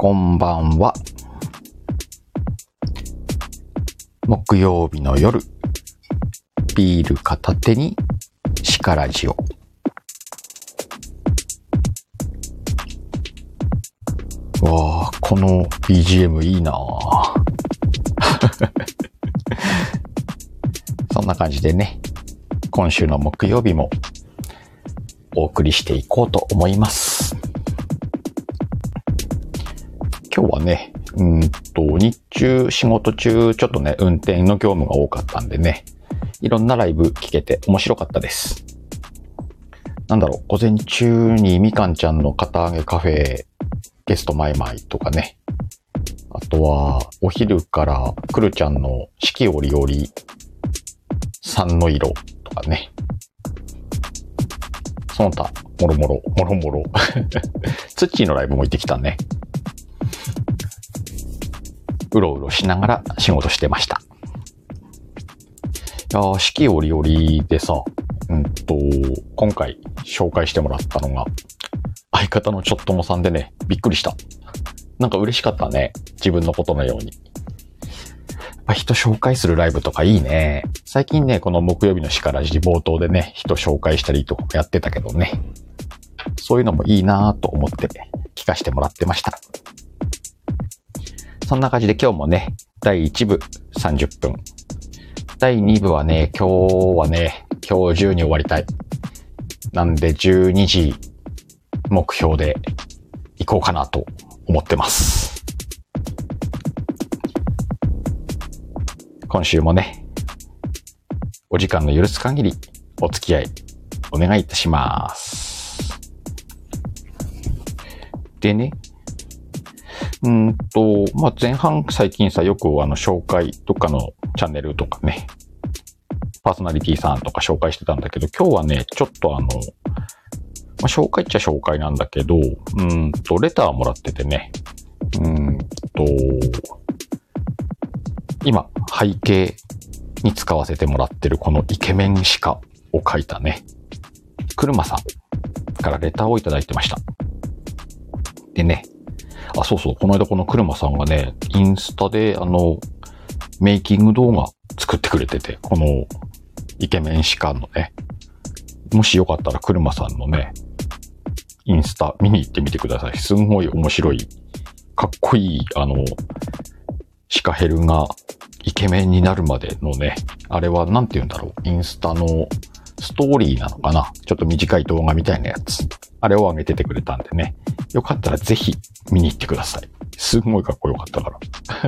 こんばんは。木曜日の夜、ビール片手にシカラジオ。わあ、この BGM いいなぁ。そんな感じでね、今週の木曜日もお送りしていこうと思います。今日はね、日中、仕事中、ちょっとね、運転の業務が多かったんでね、いろんなライブ聞けて面白かったです。午前中にみかんちゃんの片揚げカフェ、ゲストマイマイとかね、あとは、お昼からくるちゃんの四季折々、3の色とかね、その他、もろもろ、ツッチーのライブも行ってきたね。うろうろしながら仕事してました。いやー、四季折々でさ、今回紹介してもらったのが、相方のちょっともさんでね、びっくりした。なんか嬉しかったね。自分のことのように。やっぱ人紹介するライブとかいいね。最近ね、この木曜日のシカラジ冒頭でね、人紹介したりとかやってたけどね。そういうのもいいなぁと思って聞かせてもらってました。そんな感じで今日もね、第1部30分。第2部はね、今日中に終わりたい。なんで12時目標で行こうかなと思ってます。今週もね、お時間の許す限りお付き合いお願いいたします。でね、前半最近さ、よく紹介とかのチャンネルとかね、パーソナリティさんとか紹介してたんだけど、今日はね、ちょっと紹介っちゃ紹介なんだけど、レターもらっててね、今、背景に使わせてもらってるこのイケメン鹿を描いたね、車さんからレターをいただいてました。でね、そうそう、この間この車さんがね、インスタでメイキング動画作ってくれてて、このイケメン鹿のね、もしよかったら車さんのね、インスタ見に行ってみてください。すんごい面白い、かっこいい、鹿ヘルがイケメンになるまでのね、あれはなんて言うんだろう、インスタのストーリーなのかな、ちょっと短い動画みたいなやつ。あれを上げててくれたんでね。よかったらぜひ見に行ってください。すごいかっこよかったから。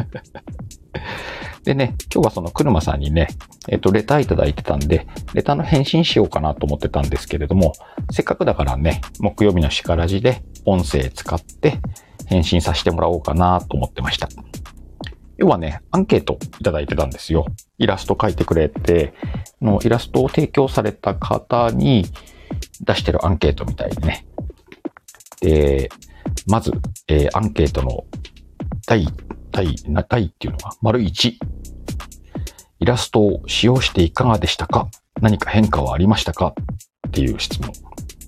でね、今日はその車さんにね、レターいただいてたんで、レターの返信しようかなと思ってたんですけれども、せっかくだからね、木曜日のシカラジで音声使って返信させてもらおうかなと思ってました。要はね、アンケートいただいてたんですよ。イラスト描いてくれて、イラストを提供された方に出してるアンケートみたいにね。で、まず、アンケートの第っていうのが、1。イラストを使用していかがでしたか？何か変化はありましたか？っていう質問。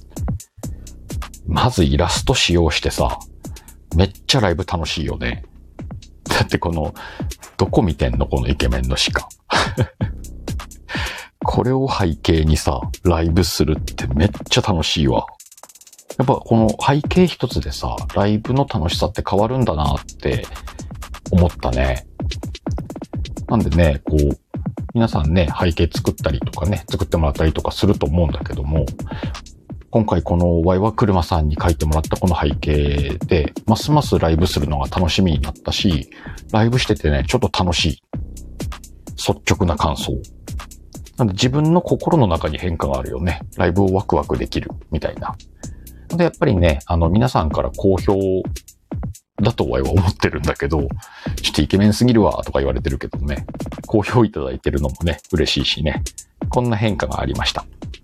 まずイラスト使用してさ、めっちゃライブ楽しいよね。だってどこ見てんのこのイケメンの鹿。これを背景にさ、ライブするってめっちゃ楽しいわ。やっぱこの背景一つでさ、ライブの楽しさって変わるんだなって思ったね。なんでね、皆さんね、背景作ったりとかね、作ってもらったりとかすると思うんだけども、今回このワイワ車さんに書いてもらったこの背景で、ますますライブするのが楽しみになったし、ライブしててね、ちょっと楽しい。率直な感想。なんで自分の心の中に変化があるよね。ライブをワクワクできるみたいな。で、やっぱりね、皆さんから好評だとは思ってるんだけど、ちょっとイケメンすぎるわとか言われてるけどね、好評いただいてるのもね、嬉しいしね。こんな変化がありました。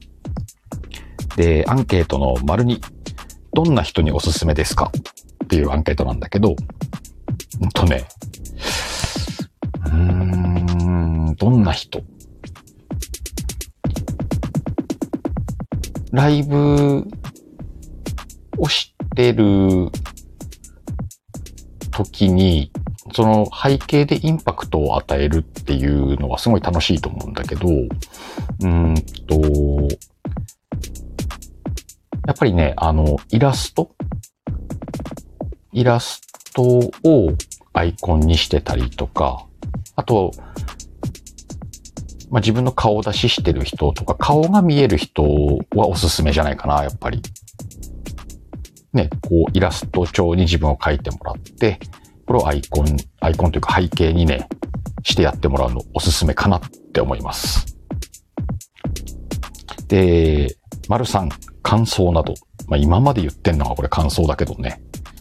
で、アンケートの2、どんな人におすすめですかっていうアンケートなんだけど、どんな人？ライブをしてる時に、その背景でインパクトを与えるっていうのはすごい楽しいと思うんだけど、やっぱりね、イラストをアイコンにしてたりとか、あと、自分の顔出ししてる人とか、顔が見える人はおすすめじゃないかな、やっぱり。ね、こう、イラスト帳に自分を描いてもらって、これをアイコンというか背景にね、してやってもらうのおすすめかなって思います。で、3、感想など。今まで言ってんのがこれ感想だけどね。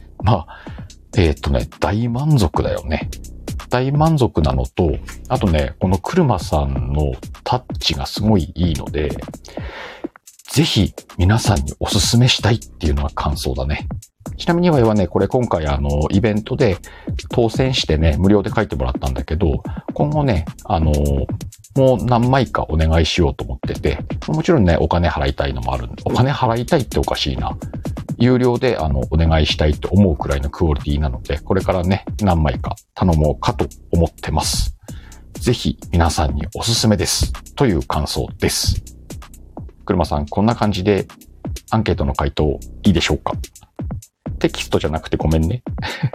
大満足だよね。大満足なのと、あとね、この車さんのタッチがすごいいいので、ぜひ皆さんにおすすめしたいっていうのが感想だね。ちなみに我はね、これ今回イベントで当選してね、無料で書いてもらったんだけど、今後ね、もう何枚かお願いしようと思ってて、もちろんね、お金払いたいのもある。お金払いたいっておかしいな。有料でお願いしたいと思うくらいのクオリティなので、これからね、何枚か頼もうかと思ってます。ぜひ皆さんにおすすめです。という感想です。車さん、こんな感じでアンケートの回答いいでしょうか？テキストじゃなくてごめんね。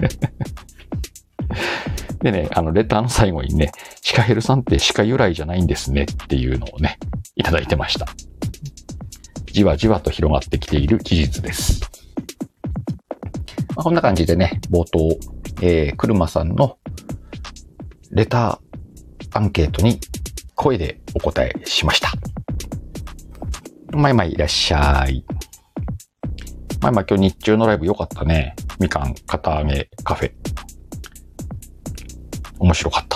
でね、レターの最後にね、シカヘルさんって鹿由来じゃないんですねっていうのをね、いただいてました。じわじわと広がってきている事実です。こんな感じでね、冒頭、車さんのレターアンケートに声でお答えしました。まいまいいらっしゃい。まいまい今日日中のライブ良かったね。みかん堅揚げカフェ。面白かった。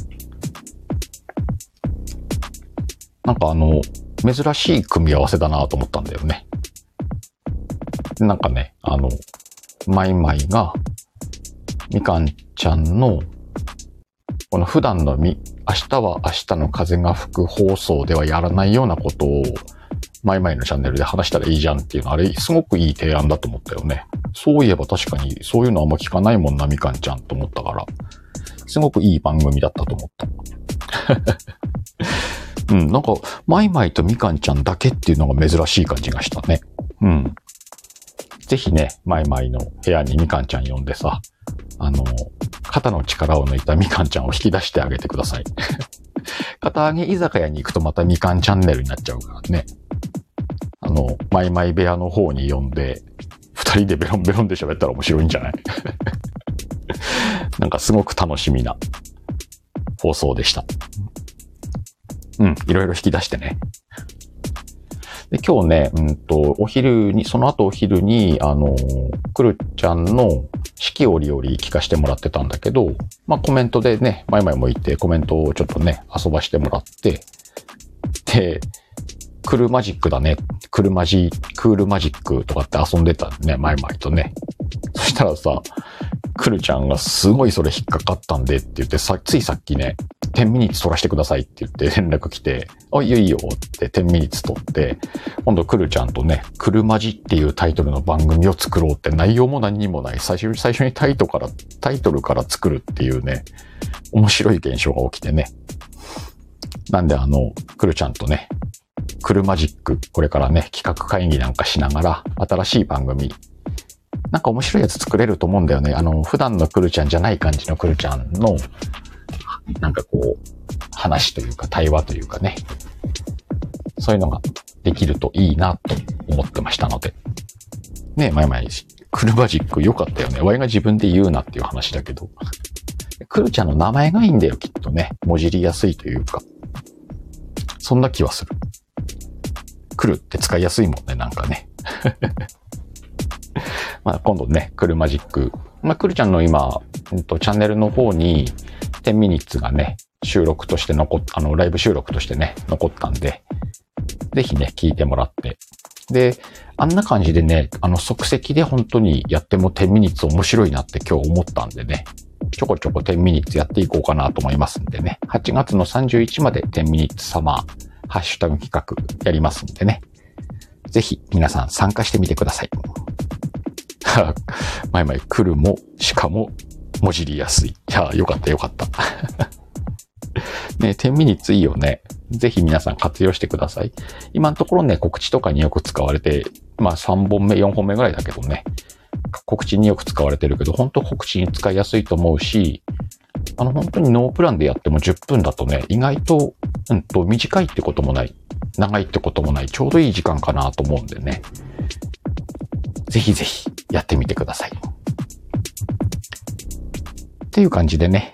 なんか珍しい組み合わせだなと思ったんだよね。なんかね、マイマイが、みかんちゃんの、この普段の明日は明日の風が吹く放送ではやらないようなことを、マイマイのチャンネルで話したらいいじゃんっていうの、あれ、すごくいい提案だと思ったよね。そういえば確かに、そういうのあんま聞かないもんな、みかんちゃんと思ったから、すごくいい番組だったと思った。なんか、マイマイとみかんちゃんだけっていうのが珍しい感じがしたね。ぜひね、マイマイの部屋にみかんちゃん呼んでさ、肩の力を抜いたみかんちゃんを引き出してあげてください。堅揚げ居酒屋に行くとまたみかんチャンネルになっちゃうからね。マイマイ部屋の方に呼んで、二人でベロンベロンで喋ったら面白いんじゃない？なんかすごく楽しみな放送でした。いろいろ引き出してね。で、今日ね、その後お昼に、くるちゃんの四季折々聞かせてもらってたんだけど、コメントでね、前々も言ってコメントをちょっとね、遊ばしてもらって、で、クールマジックだね、クールマジックとかって遊んでたね、前々とね。そしたらさ、くるちゃんがすごいそれ引っかかったんでって言って、ついさっきね、10ミニッツ取らせてくださいって言って連絡来て、いいよいいよって10ミニッツ取って、今度くるちゃんとね、くるまじっていうタイトルの番組を作ろうって内容も何にもない。最初にタイトルから作るっていうね、面白い現象が起きてね。なんでくるちゃんとね、くるマジック、これからね、企画会議なんかしながら、新しい番組、なんか面白いやつ作れると思うんだよね。普段のくるちゃんじゃない感じのくるちゃんの、なんかこう、話というか対話というかね。そういうのができるといいなと思ってましたので。ね、前々、くるマジック良かったよね。ワイが自分で言うなっていう話だけど。くるちゃんの名前がいいんだよ、きっとね。もじりやすいというか。そんな気はする。くるって使いやすいもんね、なんかね。今度ね、くるマジック。くるちゃんの今、チャンネルの方に、10ミニッツがね、収録としてライブ収録としてね、残ったんで、ぜひね、聞いてもらって。で、あんな感じでね、即席で本当にやっても10ミニッツ面白いなって今日思ったんでね、ちょこちょこ10ミニッツやっていこうかなと思いますんでね、8月の31日まで10ミニッツサマー、ハッシュタグ企画やりますんでね、ぜひ皆さん参加してみてください。前々来るも、しかももじりやすい。いや、よかったよかった。ね、10ミニッツいいよね。ぜひ皆さん活用してください。今のところね、告知とかによく使われて、まあ3本目、4本目ぐらいだけどね。告知によく使われてるけど、本当告知に使いやすいと思うし、本当にノープランでやっても10分だとね、意外と、短いってこともない。長いってこともない。ちょうどいい時間かなと思うんでね。ぜひぜひやってみてください。っていう感じでね、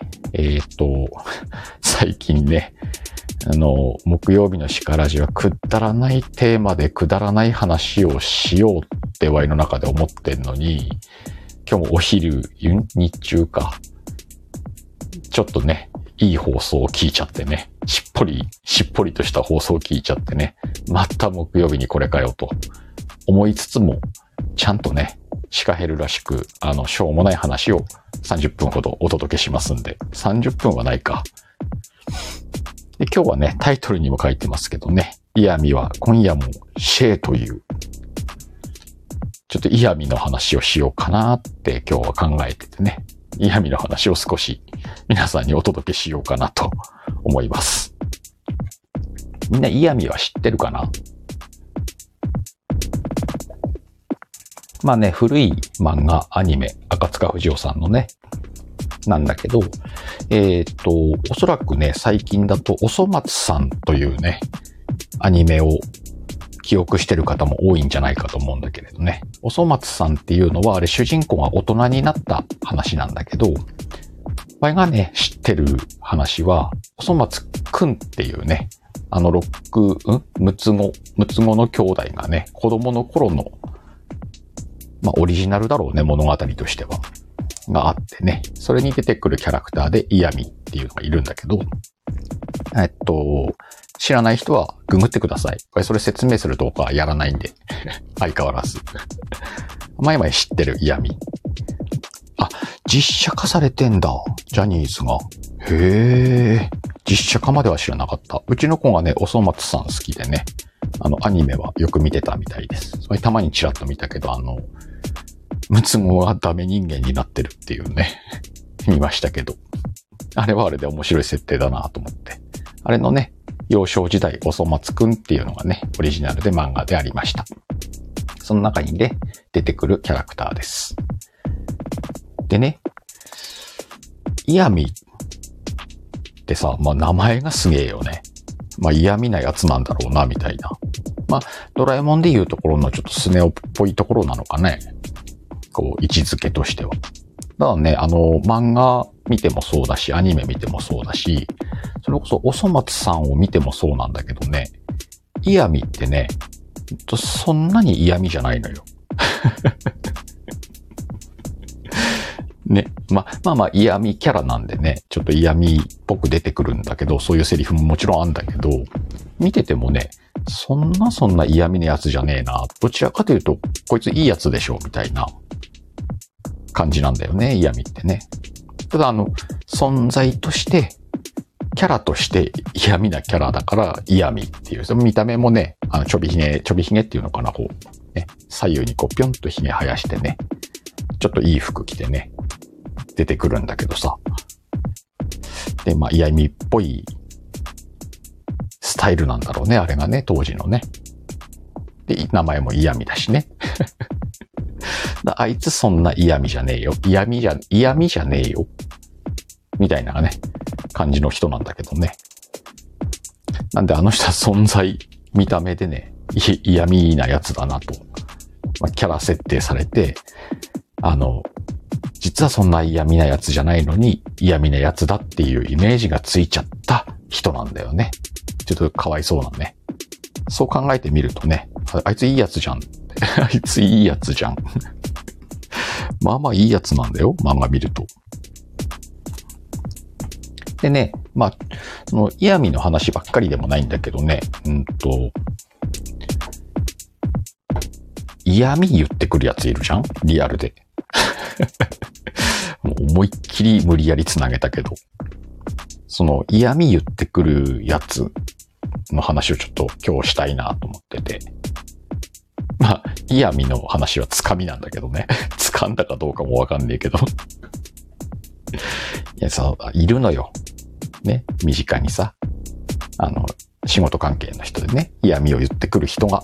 最近ね、木曜日のシカラジはくだらないテーマでくだらない話をしようってワイの中で思ってんのに、今日もお昼、日中か。ちょっとね、いい放送を聞いちゃってね、しっぽりとした放送を聞いちゃってね、また木曜日にこれかよと思いつつも、ちゃんとね、シカヘルらしく、しょうもない話を30分ほどお届けしますんで、30分はないか。で、今日はね、タイトルにも書いてますけどね、イヤミは今夜もシェーという、ちょっとイヤミの話をしようかなって今日は考えててね、イヤミの話を少し皆さんにお届けしようかなと思います。みんなイヤミは知ってるかな？まあね、古い漫画、アニメ、赤塚不二夫さんのね、なんだけど、おそらくね、最近だと、おそ松さんというね、アニメを記憶してる方も多いんじゃないかと思うんだけれどね。おそ松さんっていうのは、あれ主人公が大人になった話なんだけど、我がね、知ってる話は、おそ松くんっていうね、六つ子の兄弟がね、子供の頃の、まあ、オリジナルだろうね、物語としては。があってね。それに出てくるキャラクターで、イヤミっていうのがいるんだけど、知らない人はググってください。これそれ説明するとかはやらないんで。相変わらず。前々知ってるイヤミ。あ、実写化されてんだ。ジャニーズが。へー。実写化までは知らなかった。うちの子がね、おそ松さん好きでね。アニメはよく見てたみたいです。それたまにチラッと見たけど、ムツゴがダメ人間になってるっていうね、見ましたけど。あれはあれで面白い設定だなと思って。あれのね、幼少時代、おそ松くんっていうのがね、オリジナルで漫画でありました。その中にね、出てくるキャラクターです。でね、イヤミってさ、まあ名前がすげえよね。まあ嫌味なやつなんだろうな、みたいな。まあ、ドラえもんでいうところのちょっとスネ夫っぽいところなのかね。こう、位置づけとしては。だからね、漫画見てもそうだし、アニメ見てもそうだし、それこそおそ松さんを見てもそうなんだけどね、イヤミってね、そんなに嫌味じゃないのよ。ね。まあ、嫌味キャラなんでね、ちょっと嫌味っぽく出てくるんだけど、そういうセリフももちろんあんだけど、見ててもね、そんな嫌味なやつじゃねえな。どちらかというと、こいついいやつでしょ、みたいな感じなんだよね、嫌味ってね。ただ存在として、キャラとして嫌味なキャラだから嫌味っていう。その見た目もね、ちょびひげっていうのかな、こう、ね、左右にこうぴょんとひげ生やしてね、ちょっといい服着てね、出てくるんだけどさ。で、まあ、嫌味っぽいスタイルなんだろうね、あれがね、当時のね。で、名前も嫌味だしね。あいつそんな嫌味じゃねえよ。嫌味じゃねえよ。みたいなね、感じの人なんだけどね。なんであの人は存在、見た目でね、嫌味なやつだなと。まあ、キャラ設定されて、実はそんな嫌味なやつじゃないのに、嫌味なやつだっていうイメージがついちゃった人なんだよね。ちょっとかわいそうなね。そう考えてみるとね、あいついいやつじゃん。あいついいやつじゃん。まあまあいいやつなんだよ、漫画見ると。でね、まあ、その嫌味の話ばっかりでもないんだけどね、嫌味言ってくるやついるじゃん？リアルで。もう思いっきり無理やりつなげたけど、その嫌味言ってくるやつの話をちょっと今日したいなと思ってて。まあ、嫌味の話はつかみなんだけどね。掴んだかどうかもわかんねえけど。 いや、そう、いるのよ。ね、身近にさ、仕事関係の人でね、嫌味を言ってくる人が。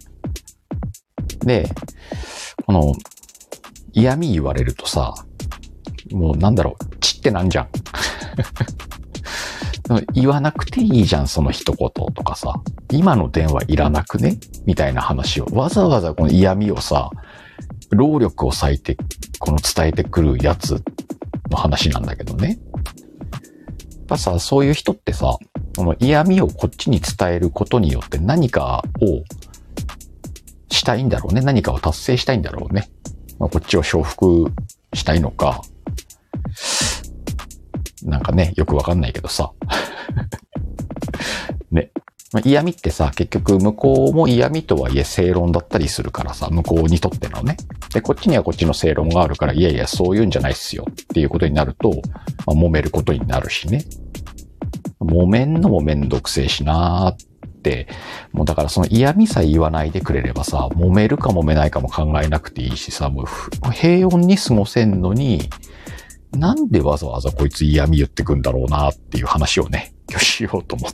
で、この、嫌味言われるとさ、もうなんだろう、ちってなんじゃん。言わなくていいじゃん、その一言とかさ。今の電話いらなくねみたいな話を。わざわざこの嫌味をさ、労力を割いて、この伝えてくるやつの話なんだけどね。やっぱさ、そういう人ってさ、この嫌味をこっちに伝えることによって何かをしたいんだろうね。何かを達成したいんだろうね。まあ、こっちを承服したいのか。なんかね、よくわかんないけどさ。ね。まあ、嫌味ってさ、結局向こうも嫌味とはいえ正論だったりするからさ、向こうにとってのね。で、こっちにはこっちの正論があるから、いやいや、そういうんじゃないっすよっていうことになると、まあ、揉めることになるしね。揉めんのもめんどくせえしなーって、もうだからその嫌味さえ言わないでくれればさ、揉めるか揉めないかも考えなくていいしさ、もう平穏に過ごせんのに、なんでわざわざこいつ嫌味言ってくんだろうなっていう話をね、今日しようと思って。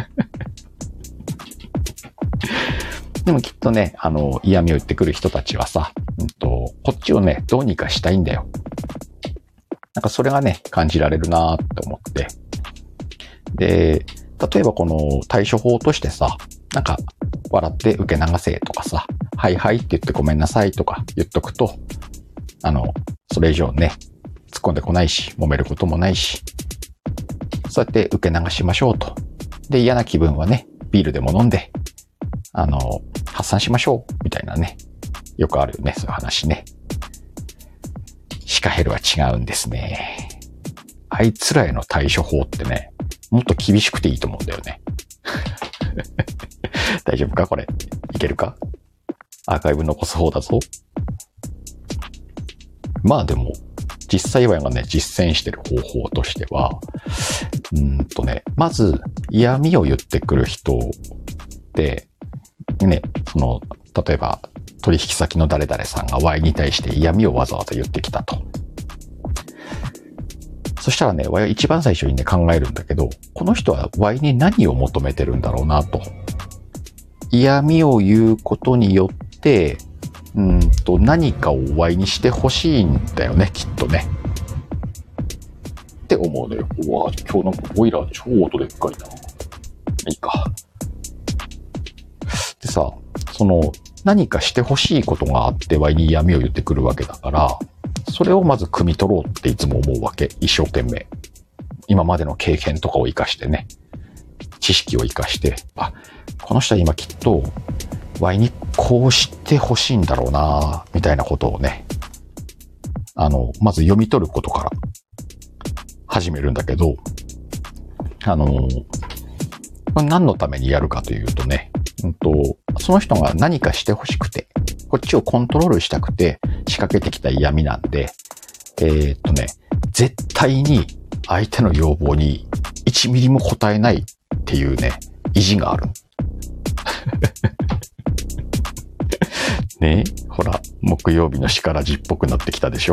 でもきっとね、嫌味を言ってくる人たちはさ、こっちをね、どうにかしたいんだよ。なんかそれがね、感じられるなって思って。で、例えばこの対処法としてさ、なんか、笑って受け流せとかさ、はいはいって言ってごめんなさいとか言っとくと、それ以上ね、突っ込んでこないし、揉めることもないし、そうやって受け流しましょうと。で、嫌な気分はね、ビールでも飲んで、発散しましょう、みたいなね。よくあるよね、そういう話ね。シカヘルは違うんですね。あいつらへの対処法ってね、もっと厳しくていいと思うんだよね。大丈夫かこれ。いけるか？アーカイブ残す方だぞ。まあでも、実際はね、実践してる方法としては、まず、嫌味を言ってくる人で、ね、例えば、取引先の誰々さんが Y に対して嫌味をわざわざ言ってきたと。そしたらね、Y は一番最初にね、考えるんだけど、この人は Y に何を求めてるんだろうなと。嫌味を言うことによって、何かを Y にしてほしいんだよね、きっとね。って思うのよ。うわぁ、今日なんかボイラー超音でっかいな。いいか。でさ、何かしてほしいことがあって Y に嫌味を言ってくるわけだから、それをまず汲み取ろうっていつも思うわけ。一生懸命。今までの経験とかを活かしてね。知識を活かして、この人は今きっと Y にこうしてほしいんだろうなみたいなことをね、まず読み取ることから始めるんだけど、何のためにやるかというとね、その人が何かしてほしくて、こっちをコントロールしたくて仕掛けてきた嫌味なんで、絶対に相手の要望に1ミリも応えないっていうね、意地がある。ねえ、ほら、木曜日のしからじっぽくなってきたでしょ？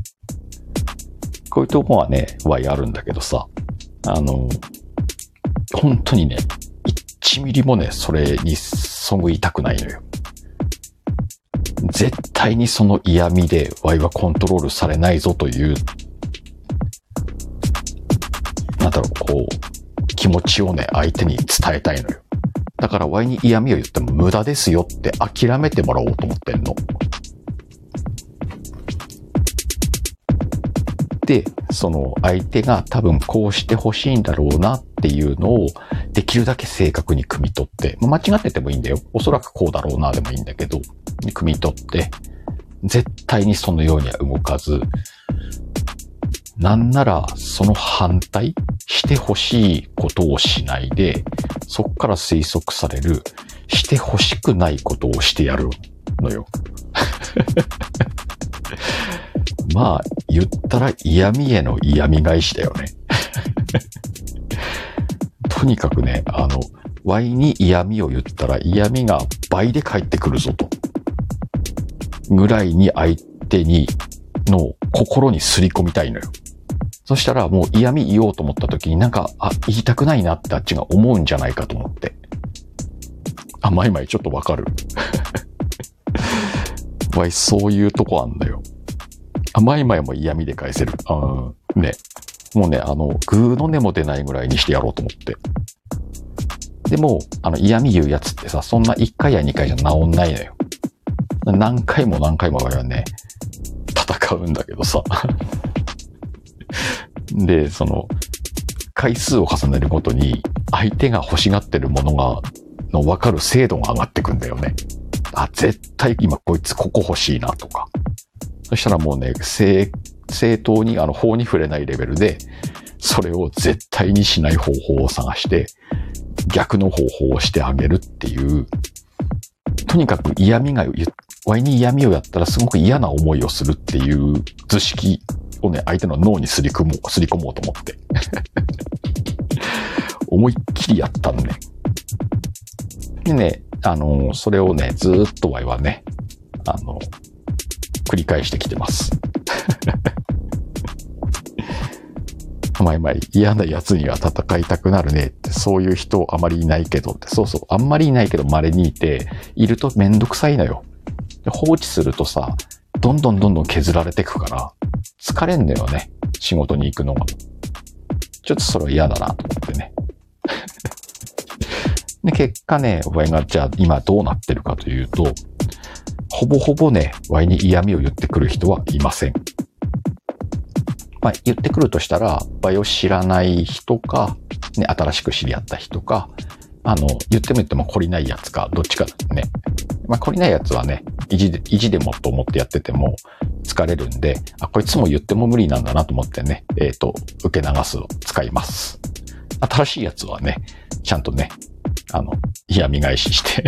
こういうとこはね、Y あるんだけどさ、本当にね、1ミリもね、それにそぐいたくないのよ。絶対にその嫌味で Y はコントロールされないぞという、気持ちをね、相手に伝えたいのよ。だから Y に嫌味を言っても無駄ですよって諦めてもらおうと思ってんの。で、その相手が多分こうしてほしいんだろうなっていうのをできるだけ正確に汲み取って、間違っててもいいんだよ。おそらくこうだろうなでもいいんだけど、汲み取って、絶対にそのようには動かず、なんならその反対してほしいことをしないで、そっから推測されるしてほしくないことをしてやるのよ。まあ言ったら嫌味への嫌味返しだよね。とにかくね、Y に嫌味を言ったら嫌味が倍で返ってくるぞと。ぐらいに相手の心にすり込みたいのよ。 そしたらもう嫌味言おうと思った時になんか、言いたくないなってあっちが思うんじゃないかと思って。マイマイちょっとわかる。わい、そういうとこあんだよ。マイマイも嫌味で返せる。ね。もうね、グーの音も出ないぐらいにしてやろうと思って。でも、嫌味言うやつってさ、そんな1回や2回じゃ治んないのよ。何回も何回もはね、戦うんだけどさ。で、回数を重ねるごとに、相手が欲しがってるものの分かる精度が上がってくんだよね。絶対今こいつここ欲しいなとか。そしたらもうね、正当に法に触れないレベルで、それを絶対にしない方法を探して、逆の方法をしてあげるっていう、とにかくワイに嫌味をやったらすごく嫌な思いをするっていう図式をね、相手の脳にすり込もうと思って。思いっきりやったのね。でね、それをね、ずーっとワイはね、繰り返してきてます。前々嫌な奴には戦いたくなるねって、そういう人あまりいないけどって、そうそう、あんまりいないけど稀にいて、いるとめんどくさいのよ。で放置するとさ、どんどん削られてくから、疲れんだよね。仕事に行くのが。ちょっとそれは嫌だなと思ってね。で、結果ね、ワイがじゃあ今どうなってるかというと、ほぼほぼね、ワイに嫌味を言ってくる人はいません。言ってくるとしたら、ワイを知らない人か、ね、新しく知り合った人か、言っても懲りないやつか、どっちかだね。懲りないやつはね、意地でもと思ってやってても疲れるんで、こいつも言っても無理なんだなと思ってね、受け流すを使います。新しいやつはね、ちゃんとね、嫌味返しして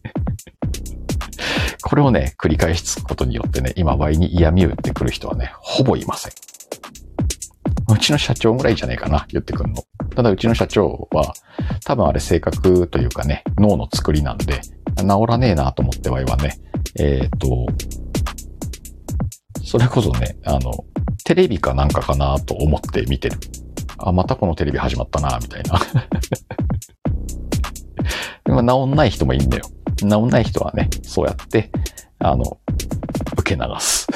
これをね、繰り返すことによってね、今、ワイに嫌味を言ってくる人はね、ほぼいません。うちの社長ぐらいじゃねえかな、言ってくるの。ただうちの社長は、多分あれ性格というかね、脳の作りなんで、治らねえなと思ってワイはね、それこそね、テレビかなんかかなと思って見てる。またこのテレビ始まったな、みたいな。でも治んない人もいいんだよ。治んない人はね、そうやって、受け流す。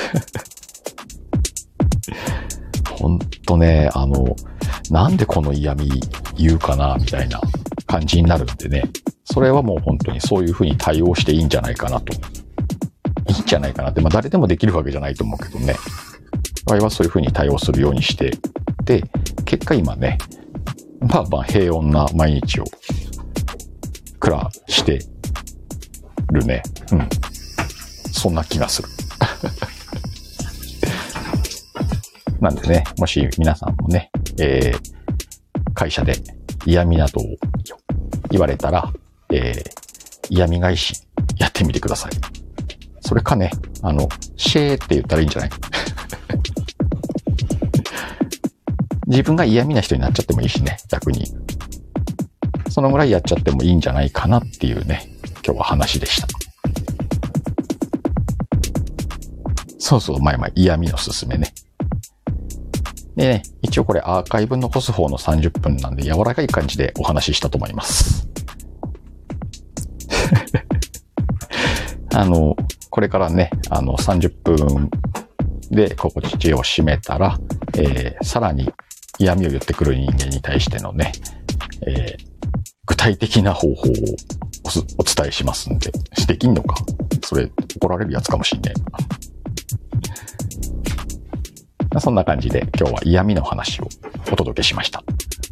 ほんとね、なんでこの嫌味言うかな、みたいな感じになるんでね。それはもう本当にそういう風に対応していいんじゃないかなと。いいんじゃないかなって、誰でもできるわけじゃないと思うけどね。場合はそういう風に対応するようにして、で、結果今ね、平穏な毎日を暮らしてるね。そんな気がする。なんでね、もし皆さんもね、会社で嫌味などを言われたら、嫌味返しやってみてください。それかね、シェーって言ったらいいんじゃない自分が嫌味な人になっちゃってもいいしね、逆に。そのぐらいやっちゃってもいいんじゃないかなっていうね、今日は話でした。そうそう、嫌味のすすめね。でね、一応これアーカイブ残す方の30分なんで柔らかい感じでお話ししたと思います。これからね、30分で心地を締めたら、さらに嫌味を言ってくる人間に対してのね、具体的な方法をお伝えしますんで、できんのかそれ怒られるやつかもしんねえ。そんな感じで今日は嫌味の話をお届けしました。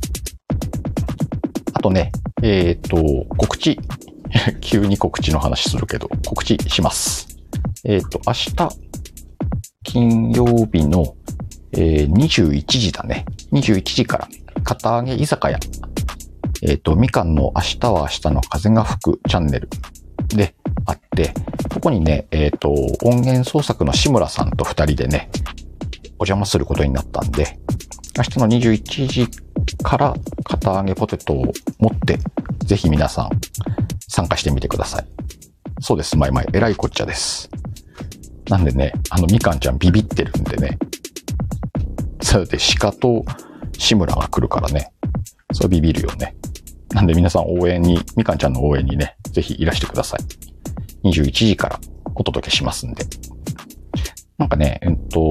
あとね、告知。急に告知の話するけど、告知します。明日、金曜日の、21時だね。21時から、堅揚げ居酒屋。みかんの明日は明日の風が吹くチャンネルであって、ここにね、音源創作の志村さんと二人でね、お邪魔することになったんで、明日の21時から堅揚げポテトを持って、ぜひ皆さん参加してみてください。そうです、えらいこっちゃです。なんでね、みかんちゃんビビってるんでね、 それで鹿と志村が来るからね。それビビるよね。なんで皆さん応援に、みかんちゃんの応援にね、ぜひいらしてください。21時からお届けしますんで。なんかね、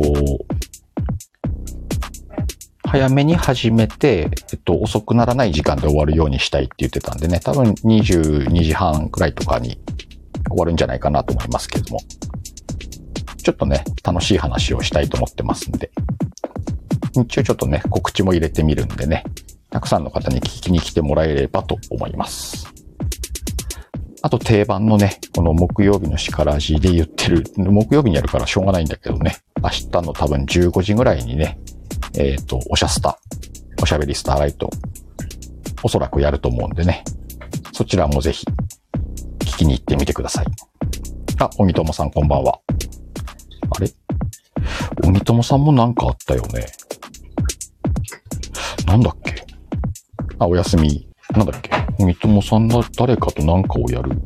早めに始めて、遅くならない時間で終わるようにしたいって言ってたんでね、多分22時半くらいとかに終わるんじゃないかなと思いますけども。ちょっとね、楽しい話をしたいと思ってますんで。一応ちょっとね、告知も入れてみるんでね、たくさんの方に聞きに来てもらえればと思います。あと定番のね、この木曜日のシカラジで言ってる、木曜日にやるからしょうがないんだけどね、明日の多分15時ぐらいにね、おしゃスタ、おしゃべりスターライト、おそらくやると思うんでね、そちらもぜひ聞きに行ってみてください。あ、おみともさんこんばんは。あれ？おみともさんもなんかあったよね。なんだっけ？あ、おやすみ。なんだっけ？おみともさんが誰かとなんかをやる。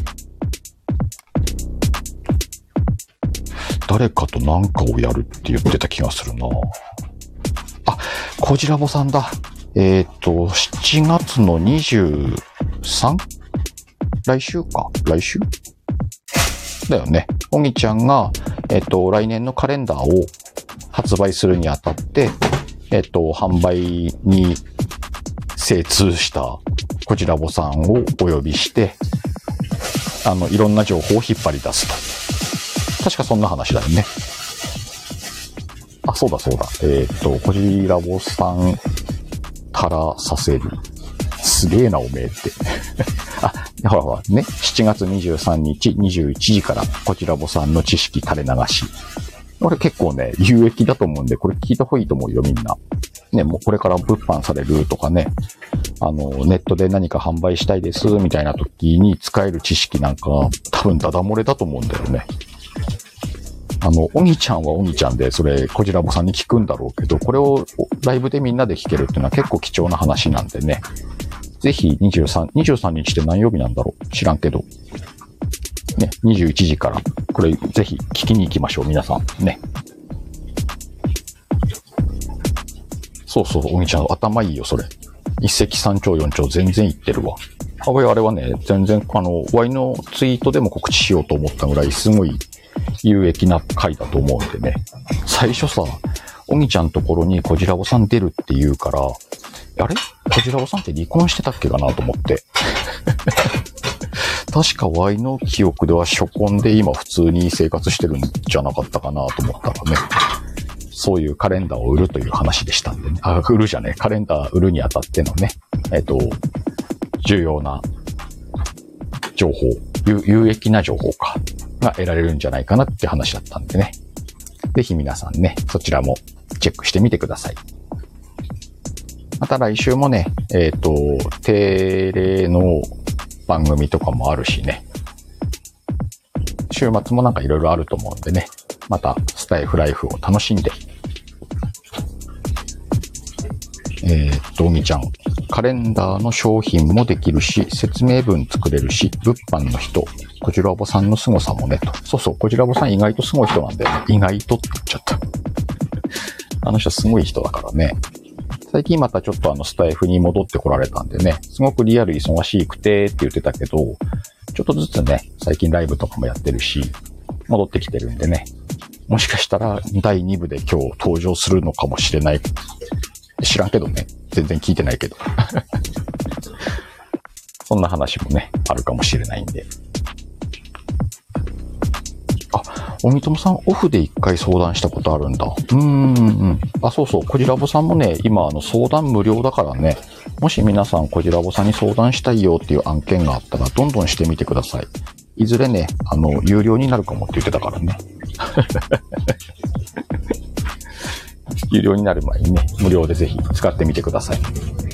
誰かとなんかをやるって言ってた気がするな。あ、コジラボさんだ。7月の 23？ 来週か。来週だよね。おぎちゃんが、来年のカレンダーを発売するにあたって、販売に精通したコジラボさんをお呼びして、いろんな情報を引っ張り出すと。確かそんな話だよね。あ、そうだそうだ。コジラボさんからさせる。すげえな、おめえって。あ、ほらほら、ね。7月23日21時からコジラボさんの知識垂れ流し。これ結構ね、有益だと思うんで、これ聞いた方がいいと思うよ、みんな。ね、もうこれから物販されるとかね、ネットで何か販売したいです、みたいな時に使える知識なんか、多分ダダ漏れだと思うんだよね。おぎちゃんはおぎちゃんで、それ、コジラボさんに聞くんだろうけど、これをライブでみんなで聞けるっていうのは結構貴重な話なんでね。ぜひ23日って何曜日なんだろう？知らんけど。ね、21時から、これぜひ聞きに行きましょう、皆さん。ね。そうそう、おぎちゃん、頭いいよ、それ。一石三鳥四鳥全然言ってるわ。あれはね、全然、ワイのツイートでも告知しようと思ったぐらい、すごい有益な回だと思うんでね。最初さ、おぎちゃんところにコジラボさん出るって言うから、あれ？コジラボさんって離婚してたっけかなと思って。確か Y の記憶では初婚で今普通に生活してるんじゃなかったかなと思ったらね。そういうカレンダーを売るという話でしたんでね。あ、売るじゃねえ。カレンダー売るにあたってのね。重要な情報、有益な情報か。が得られるんじゃないかなって話だったんでね。ぜひ皆さんね、そちらもチェックしてみてください。また来週もね、定例の番組とかもあるしね。週末もなんかいろいろあると思うんでね。またスタイフライフを楽しんで。おぎちゃん。カレンダーの商品もできるし、説明文作れるし、物販の人、コジラボさんの凄さもね、と。そうそう、コジラボさん意外とすごい人なんだよね。意外とって言っちゃった。あの人すごい人だからね。最近またちょっとスタイフに戻ってこられたんでね、すごくリアル忙しくてって言ってたけど、ちょっとずつね、最近ライブとかもやってるし、戻ってきてるんでね、もしかしたら第2部で今日登場するのかもしれない。知らんけどね。全然聞いてないけど。そんな話もね、あるかもしれないんで。あ、おみともさんオフで一回相談したことあるんだ。あ、そうそう。コジラボさんもね、今相談無料だからね。もし皆さんコジラボさんに相談したいよっていう案件があったら、どんどんしてみてください。いずれね、有料になるかもって言ってたからね。有料になる前にね、無料でぜひ使ってみてください。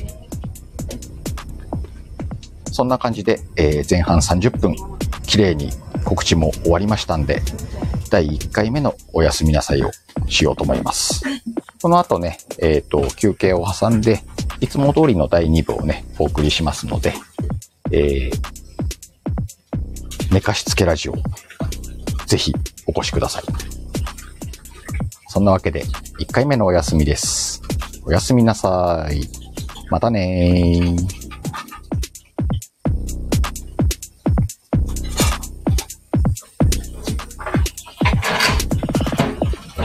そんな感じで、前半30分、綺麗に告知も終わりましたんで、第1回目のおやすみなさいをしようと思います。この後ね、休憩を挟んで、いつも通りの第2部をね、お送りしますので、寝かしつけラジオ、ぜひお越しください。そんなわけで、 1回目のお休みです。おやすみなさい。またねー。